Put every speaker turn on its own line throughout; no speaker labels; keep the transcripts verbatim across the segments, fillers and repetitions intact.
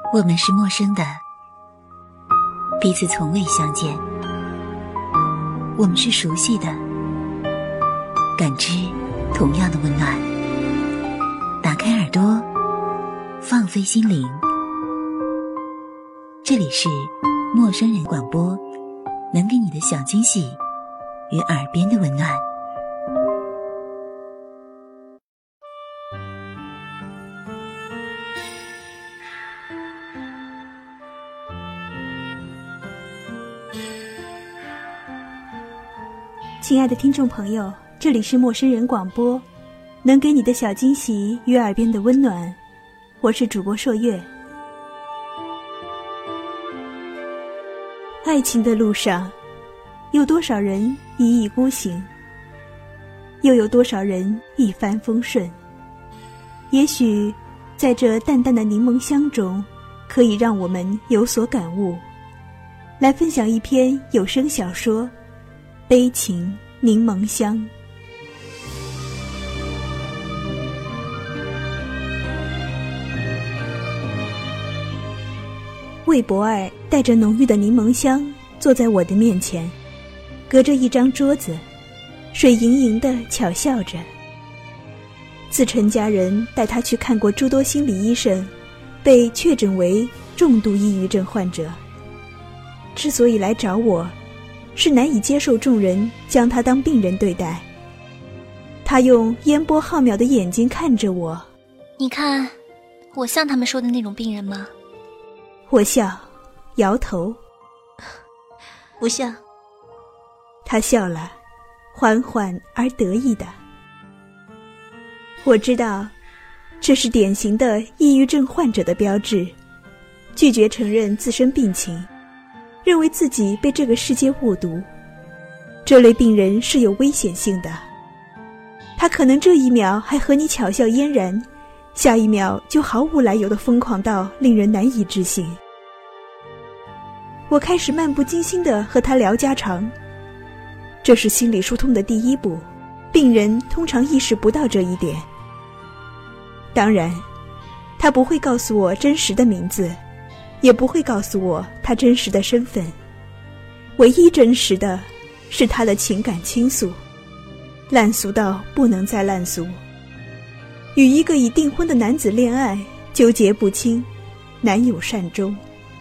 我们是陌生的，彼此从未相见。我们是熟悉的，感知同样的温暖。打开耳朵，放飞心灵。这里是陌生人广播，能给你的小惊喜与耳边的温暖。
亲爱的听众朋友，这里是陌生人广播，能给你的小惊喜与耳边的温暖。我是主播朔月。爱情的路上，有多少人一意孤行，又有多少人一帆风顺。也许在这淡淡的柠檬香中，可以让我们有所感悟。来分享一篇有声小说，悲情柠檬香。魏博尔带着浓郁的柠檬香坐在我的面前，隔着一张桌子，水盈盈地巧笑着。自陈家人带他去看过诸多心理医生，被确诊为重度抑郁症患者。之所以来找我，是难以接受众人将他当病人对待。他用烟波浩渺的眼睛看着我。
你看，我像他们说的那种病人吗？
我笑，摇头。
不像。
他笑了，缓缓而得意的。我知道，这是典型的抑郁症患者的标志，拒绝承认自身病情，认为自己被这个世界误读。这类病人是有危险性的，他可能这一秒还和你巧笑嫣然，下一秒就毫无来由地疯狂到令人难以置信。我开始漫不经心地和他聊家常，这是心理疏通的第一步，病人通常意识不到这一点。当然，他不会告诉我真实的名字，也不会告诉我他真实的身份。唯一真实的是他的情感倾诉，烂俗到不能再烂俗。与一个已订婚的男子恋爱，纠结不清，难有善终。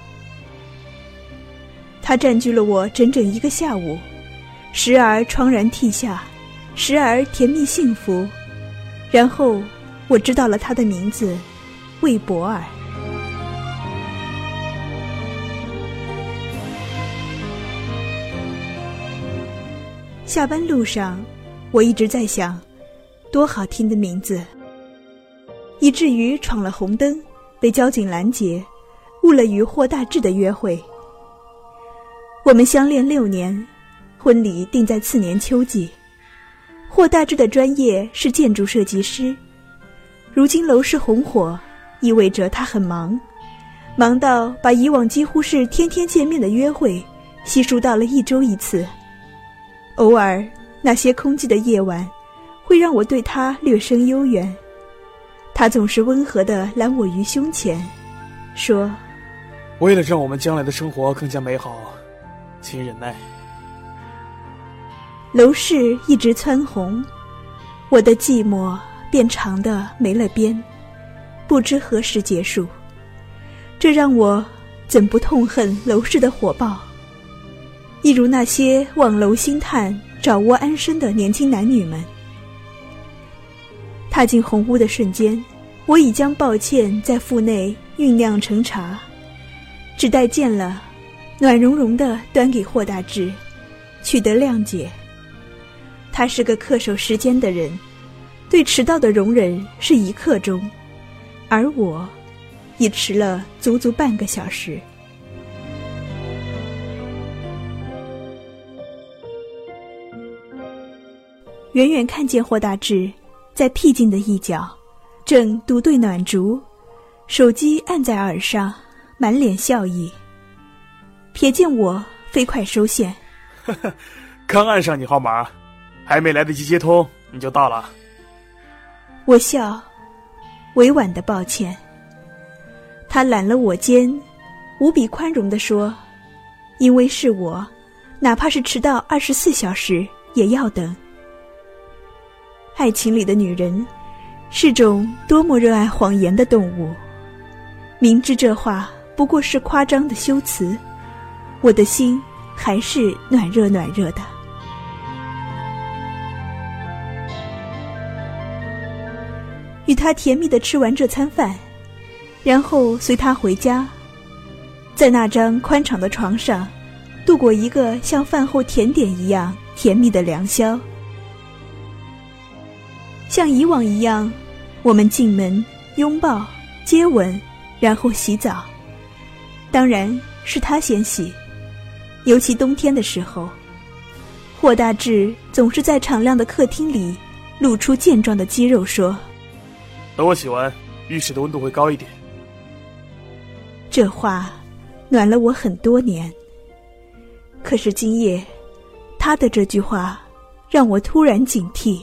他占据了我整整一个下午，时而怆然涕下，时而甜蜜幸福。然后我知道了他的名字，魏博尔。下班路上，我一直在想，多好听的名字，以至于闯了红灯，被交警拦截，误了与霍大志的约会。我们相恋六年，婚礼定在次年秋季。霍大志的专业是建筑设计师，如今楼市红火，意味着他很忙，忙到把以往几乎是天天见面的约会稀疏到了一周一次。偶尔那些空寂的夜晚会让我对他略生幽怨，他总是温和地揽我于胸前，说：
为了让我们将来的生活更加美好，请忍耐。
楼市一直蹿红，我的寂寞变长的没了边，不知何时结束。这让我怎不痛恨楼市的火爆，一如那些望楼兴叹找窝安身的年轻男女们。踏进红屋的瞬间，我已将抱歉在腹内酝酿成茶，只待见了，暖融融地端给霍大志，取得谅解。他是个恪守时间的人，对迟到的容忍是一刻钟，而我已迟了足足半个小时。远远看见霍大志在僻静的一角正独对暖烛，手机按在耳上，满脸笑意。瞥见我，飞快收线。
呵呵，刚按上你号码，还没来得及接通，你就到了。
我笑，委婉的抱歉。 他揽了我肩，无比宽容地说，因为是我，哪怕是迟到二十四小时也要等。爱情里的女人是种多么热爱谎言的动物，明知这话不过是夸张的修辞，我的心还是暖热暖热的。与他甜蜜地吃完这餐饭，然后随他回家，在那张宽敞的床上度过一个像饭后甜点一样甜蜜的良宵。像以往一样，我们进门拥抱接吻，然后洗澡，当然是他先洗。尤其冬天的时候，霍大志总是在敞亮的客厅里露出健壮的肌肉说，
等我洗完，浴室的温度会高一点。
这话暖了我很多年。可是今夜他的这句话让我突然警惕。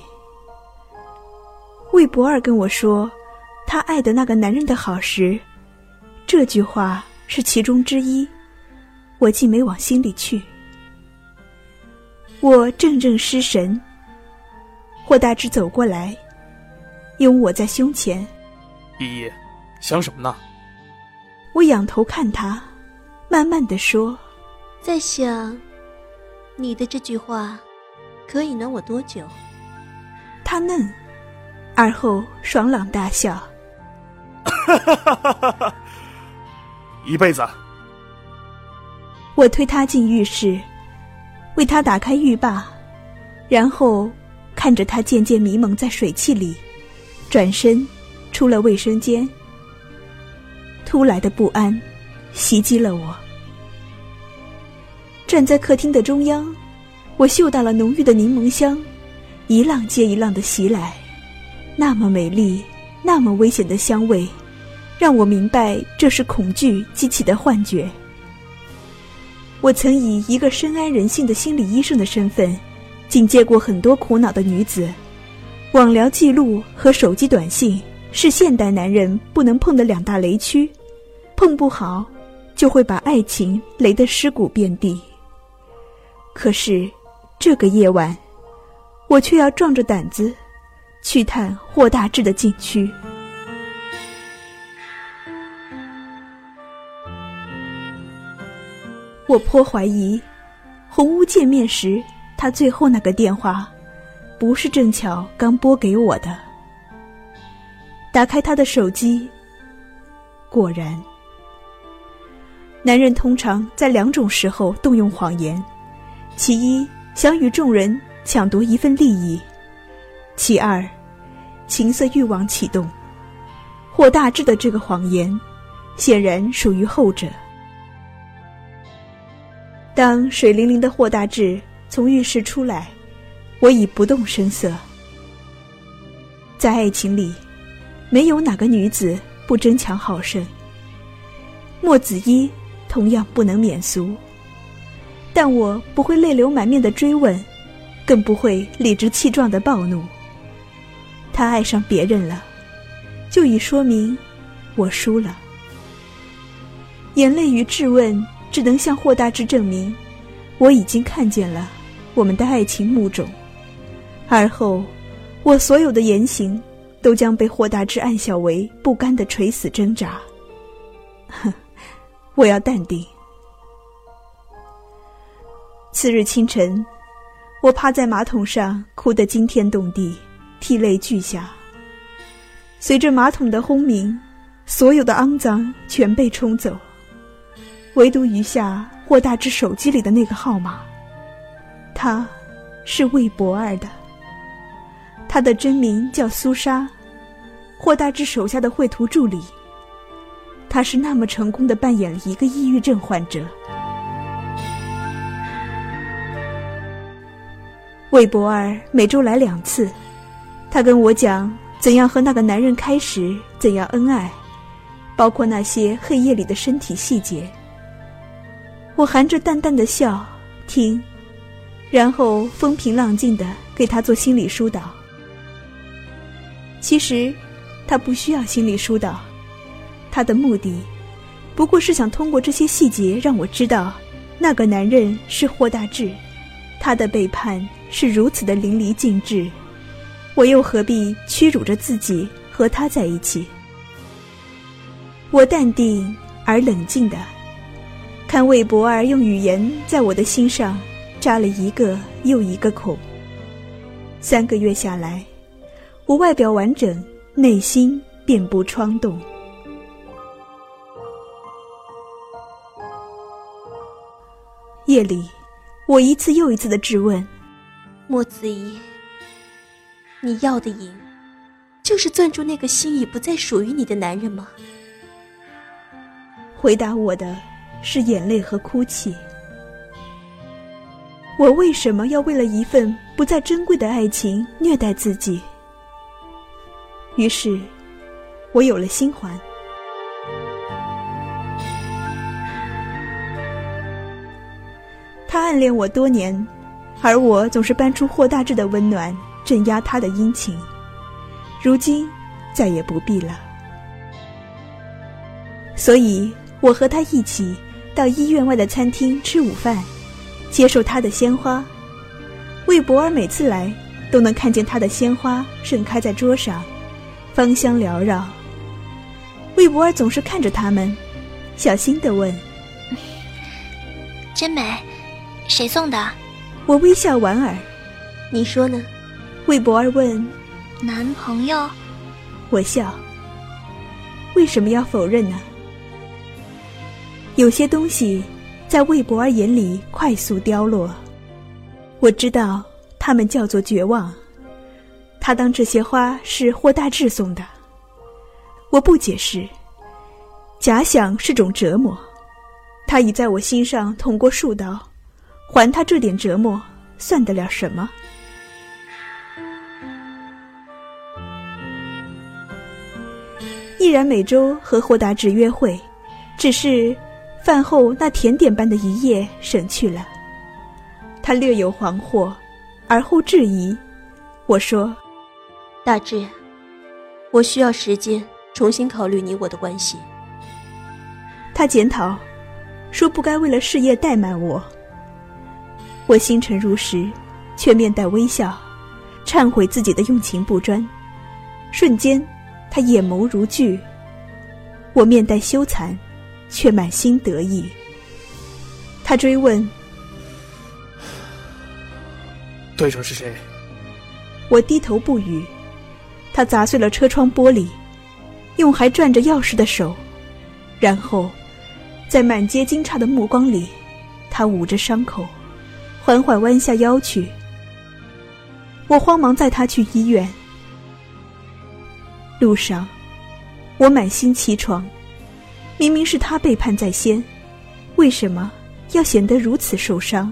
魏博尔跟我说他爱的那个男人的好时，这句话是其中之一，我竟没往心里去。我怔怔失神，霍大志走过来拥我在胸前。
依依，想什么呢？
我仰头看他，慢慢地说，
在想你的这句话可以暖我多久？
他愣，而后爽朗大笑，
一辈子。
我推他进浴室，为他打开浴霸，然后看着他渐渐迷蒙在水汽里，转身出了卫生间。突来的不安袭击了我。站在客厅的中央，我嗅到了浓郁的柠檬香，一浪接一浪地袭来，那么美丽，那么危险的香味，让我明白这是恐惧激起的幻觉。我曾以一个深谙人性的心理医生的身份，警戒过很多苦恼的女子，网聊记录和手机短信是现代男人不能碰的两大雷区，碰不好就会把爱情雷得尸骨遍地。可是这个夜晚，我却要壮着胆子去探霍大志的禁区。我颇怀疑，红屋见面时他最后那个电话不是正巧刚拨给我的。打开他的手机，果然。男人通常在两种时候动用谎言，其一，想与众人抢夺一份利益；其二，情色欲望启动。霍大志的这个谎言显然属于后者。当水灵灵的霍大志从浴室出来，我已不动声色。在爱情里，没有哪个女子不争强好胜，莫子仪同样不能免俗。但我不会泪流满面的追问，更不会理直气壮的暴怒。他爱上别人了，就已说明我输了。眼泪与质问只能向霍大志证明，我已经看见了我们的爱情墓冢，而后我所有的言行都将被霍大志暗笑为不甘的垂死挣扎。哼，我要淡定。次日清晨，我趴在马桶上哭得惊天动地，涕泪俱下。随着马桶的轰鸣，所有的肮脏全被冲走，唯独余下霍大志手机里的那个号码，他是魏博二的。他的真名叫苏莎，霍大志手下的绘图助理。他是那么成功地扮演了一个抑郁症患者。魏博二每周来两次，他跟我讲怎样和那个男人开始，怎样恩爱，包括那些黑夜里的身体细节。我含着淡淡的笑听，然后风平浪静地给他做心理疏导。其实他不需要心理疏导，他的目的不过是想通过这些细节让我知道，那个男人是霍大志，他的背叛是如此的淋漓尽致，我又何必屈辱着自己和他在一起？我淡定而冷静地看魏博儿用语言在我的心上扎了一个又一个孔。三个月下来，我外表完整，内心遍布疮洞。夜里，我一次又一次地质问：
莫子仪，你要的瘾，就是攥住那个心已不再属于你的男人吗？
回答我的是眼泪和哭泣。我为什么要为了一份不再珍贵的爱情虐待自己？于是，我有了新欢。他暗恋我多年，而我总是搬出霍大志的温暖，镇压他的阴晴。如今，再也不必了。所以，我和他一起到医院外的餐厅吃午饭，接受他的鲜花。魏博儿每次来，都能看见他的鲜花盛开在桌上，芳香缭绕。魏博儿总是看着他们，小心地问：
真美，谁送的？
我微笑莞尔。
你说呢？
魏博儿问。
男朋友？
我笑。为什么要否认呢？有些东西在魏博儿眼里快速凋落，我知道他们叫做绝望。他当这些花是霍大志送的。我不解释，假想是种折磨，他已在我心上捅过数刀，还他这点折磨算得了什么？依然每周和霍大志约会，只是饭后那甜点般的一夜省去了。他略有惶惑，而后质疑。我说：
大志，我需要时间重新考虑你我的关系。
他检讨，说不该为了事业怠慢我。我心沉如石，却面带微笑，忏悔自己的用情不专。瞬间，他眼眸如炬，我面带羞惭，却满心得意。他追问：
对手是谁？
我低头不语。他砸碎了车窗玻璃，用还攥着钥匙的手，然后在满街惊诧的目光里，他捂着伤口，缓缓弯下腰去。我慌忙载他去医院。路上，我满心奇疮，明明是他背叛在先，为什么要显得如此受伤？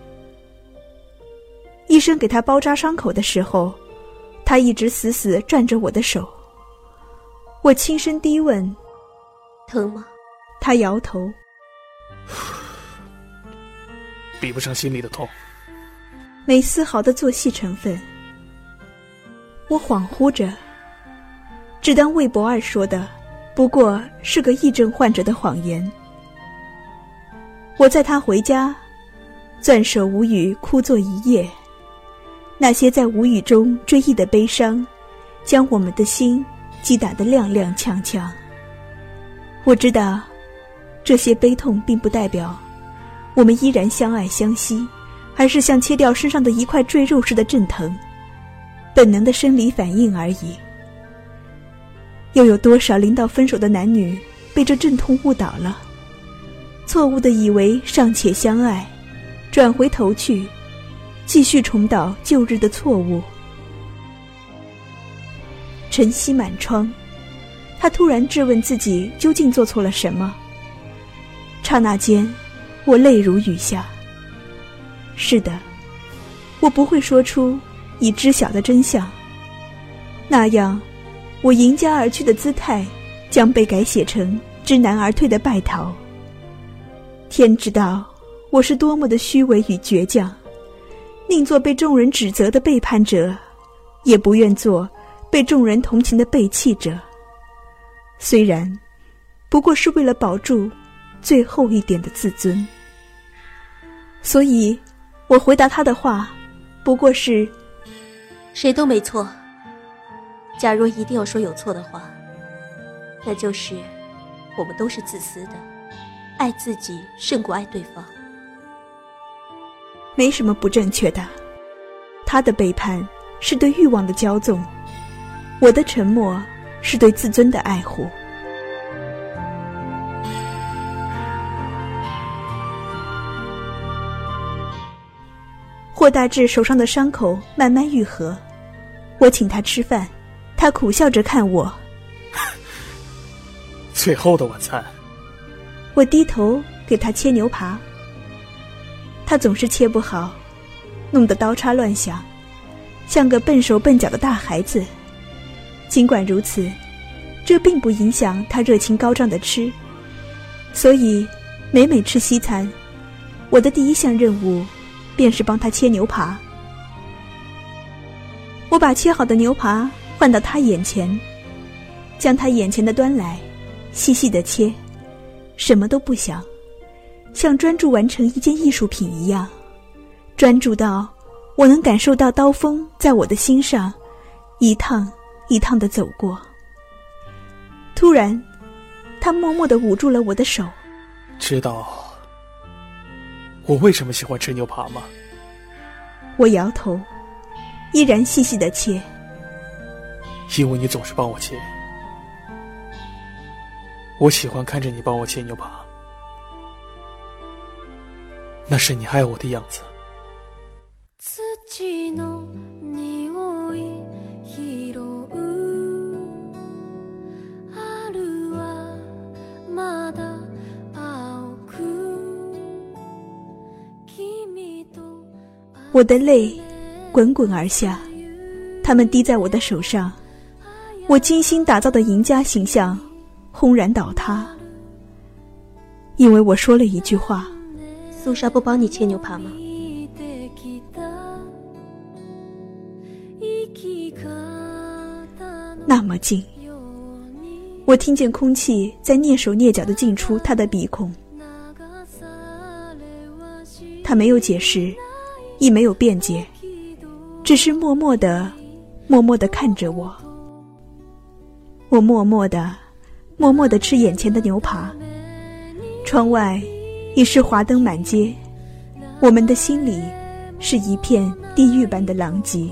医生给他包扎伤口的时候，他一直死死攥着我的手。我轻声低问：
疼吗？
他摇头。
比不上心里的痛，
没丝毫的做戏成分。我恍惚着，只当魏博二说的不过是个癔症患者的谎言。我载他回家，攥手无语哭坐一夜。那些在无语中追忆的悲伤，将我们的心击打得踉踉跄跄。我知道，这些悲痛并不代表我们依然相爱相惜，而是像切掉身上的一块赘肉似的阵疼，本能的生理反应而已。又有多少临到分手的男女被这阵痛误导了，错误地以为尚且相爱，转回头去继续重蹈旧日的错误。晨曦满窗，他突然质问自己究竟做错了什么。刹那间，我泪如雨下。是的，我不会说出已知晓的真相，那样我迎家而去的姿态将被改写成知难而退的败逃。天知道我是多么的虚伪与倔强，宁做被众人指责的背叛者，也不愿做被众人同情的背弃者。虽然不过是为了保住最后一点的自尊。所以我回答他的话不过是，
谁都没错。假如一定要说有错的话，那就是我们都是自私的，爱自己胜过爱对方。
没什么不正确的，他的背叛是对欲望的骄纵，我的沉默是对自尊的爱护。霍大志手上的伤口慢慢愈合，我请他吃饭，他苦笑着看我。
最后的晚餐。
我低头给他切牛扒，他总是切不好，弄得刀叉乱响，像个笨手笨脚的大孩子。尽管如此，这并不影响他热情高涨的吃。所以每每吃西餐，我的第一项任务便是帮他切牛扒。我把切好的牛扒换到他眼前，将他眼前的端来，细细地切，什么都不想，像专注完成一件艺术品一样，专注到我能感受到刀锋在我的心上一趟一趟地走过。突然他默默地捂住了我的手。
知道我为什么喜欢吃牛扒吗？
我摇头，依然细细地切。
因为你总是帮我切，我喜欢看着你帮我切牛扒，那是你爱我的样子。
我的泪滚滚而下，它们滴在我的手上，我精心打造的赢家形象轰然倒塌。因为我说了一句话。
苏莎不帮你切牛扒吗？
那么近，我听见空气在蹑手蹑脚地进出他的鼻孔。他没有解释，亦没有辩解，只是默默地默默地看着我。我默默地默默地吃眼前的牛扒，窗外已是华灯满街，我们的心里是一片地狱般的狼藉。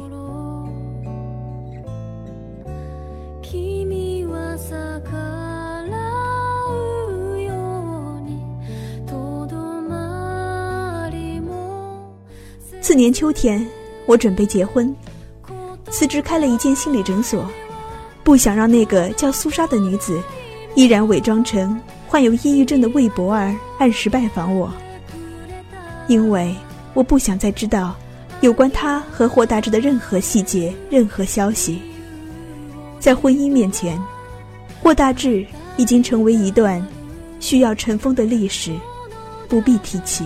次年秋天，我准备结婚，辞职开了一间心理诊所，不想让那个叫苏莎的女子依然伪装成患有抑郁症的魏博儿按时拜访我，因为我不想再知道有关他和霍大志的任何细节、任何消息。在婚姻面前，霍大志已经成为一段需要尘封的历史，不必提起。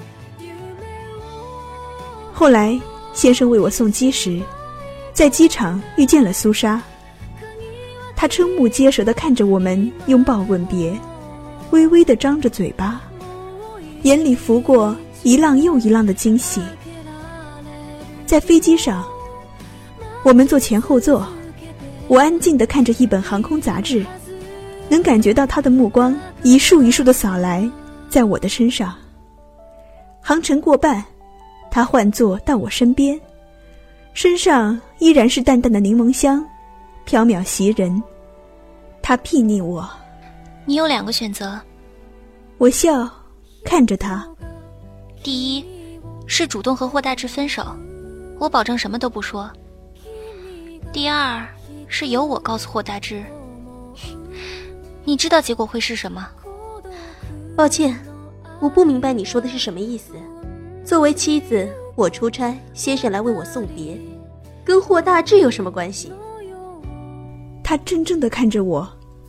后来先生为我送机时，在机场遇见了苏莎，他瞠目结舌地看着我们拥抱吻别，微微地张着嘴巴，眼里浮过一浪又一浪的惊喜。在飞机上，我们坐前后座，我安静地看着一本航空杂志，能感觉到他的目光一束一束地扫来，在我的身上。航程过半，他换座到我身边，身上依然是淡淡的柠檬香，缥缈袭人。他睥睨我。
你有两个选择。
我笑，看着他。
第一，是主动和霍大志分手，我保证什么都不说。第二，是由我告诉霍大志。你知道结果会是什么？
抱歉，我不明白你说的是什么意思。作为妻子，我出差，先生来为我送别，跟霍大志有什么关系？
他怔怔地看着我。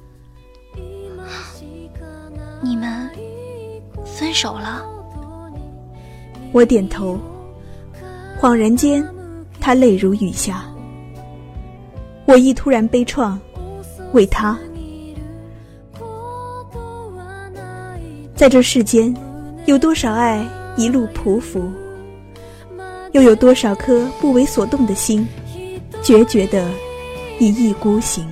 你们分手了？
我点头。恍然间，他泪如雨下。我亦突然悲怆，为他。 在这世间，有多少爱一路匍匐，又有多少颗不为所动的心，决绝地一意孤行。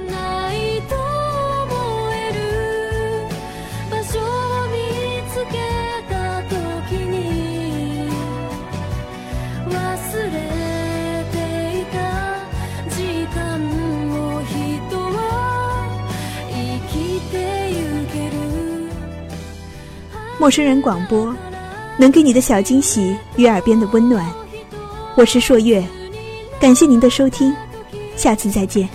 陌生人广播，能给你的小惊喜与耳边的温暖。我是朔月，感谢您的收听，下次再见。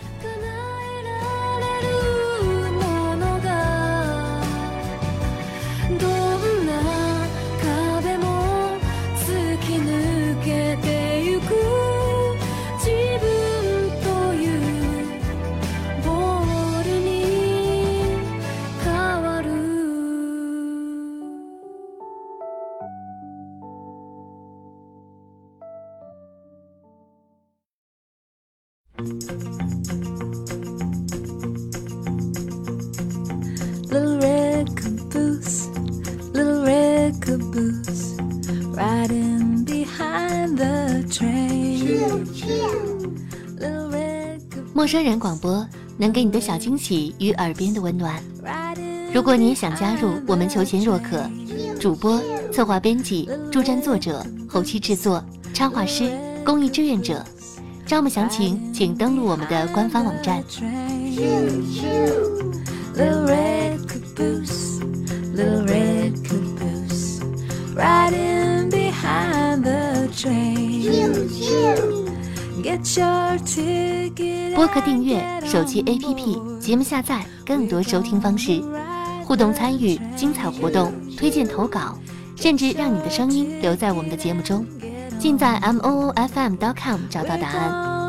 Little red caboose, little red caboose, riding behind the train.
陌生人广播，能给你的小惊喜与耳边的温暖。如果你也想加入，我们求贤若渴。主播、策划、编辑、助战作者、后期制作、插画师、公益志愿者。招募详情，请登录我们的官方网站。
Little red caboose, little red caboose, riding behind the train. Get your ticket.
播客订阅、手机 A P P、节目下载，更多收听方式，互动参与、精彩活动、推荐投稿，甚至让你的声音留在我们的节目中。尽在 m o o f m dot com 找到答案。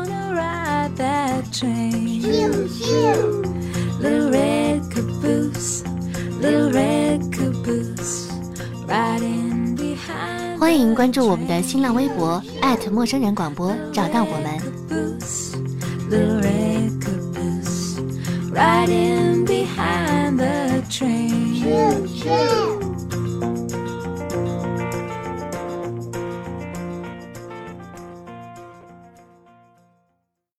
Little red caboose, little red caboose, riding behind.
欢迎关注我们的新浪微博陌生人广播，找到我们。
Little red caboose, riding behind the train.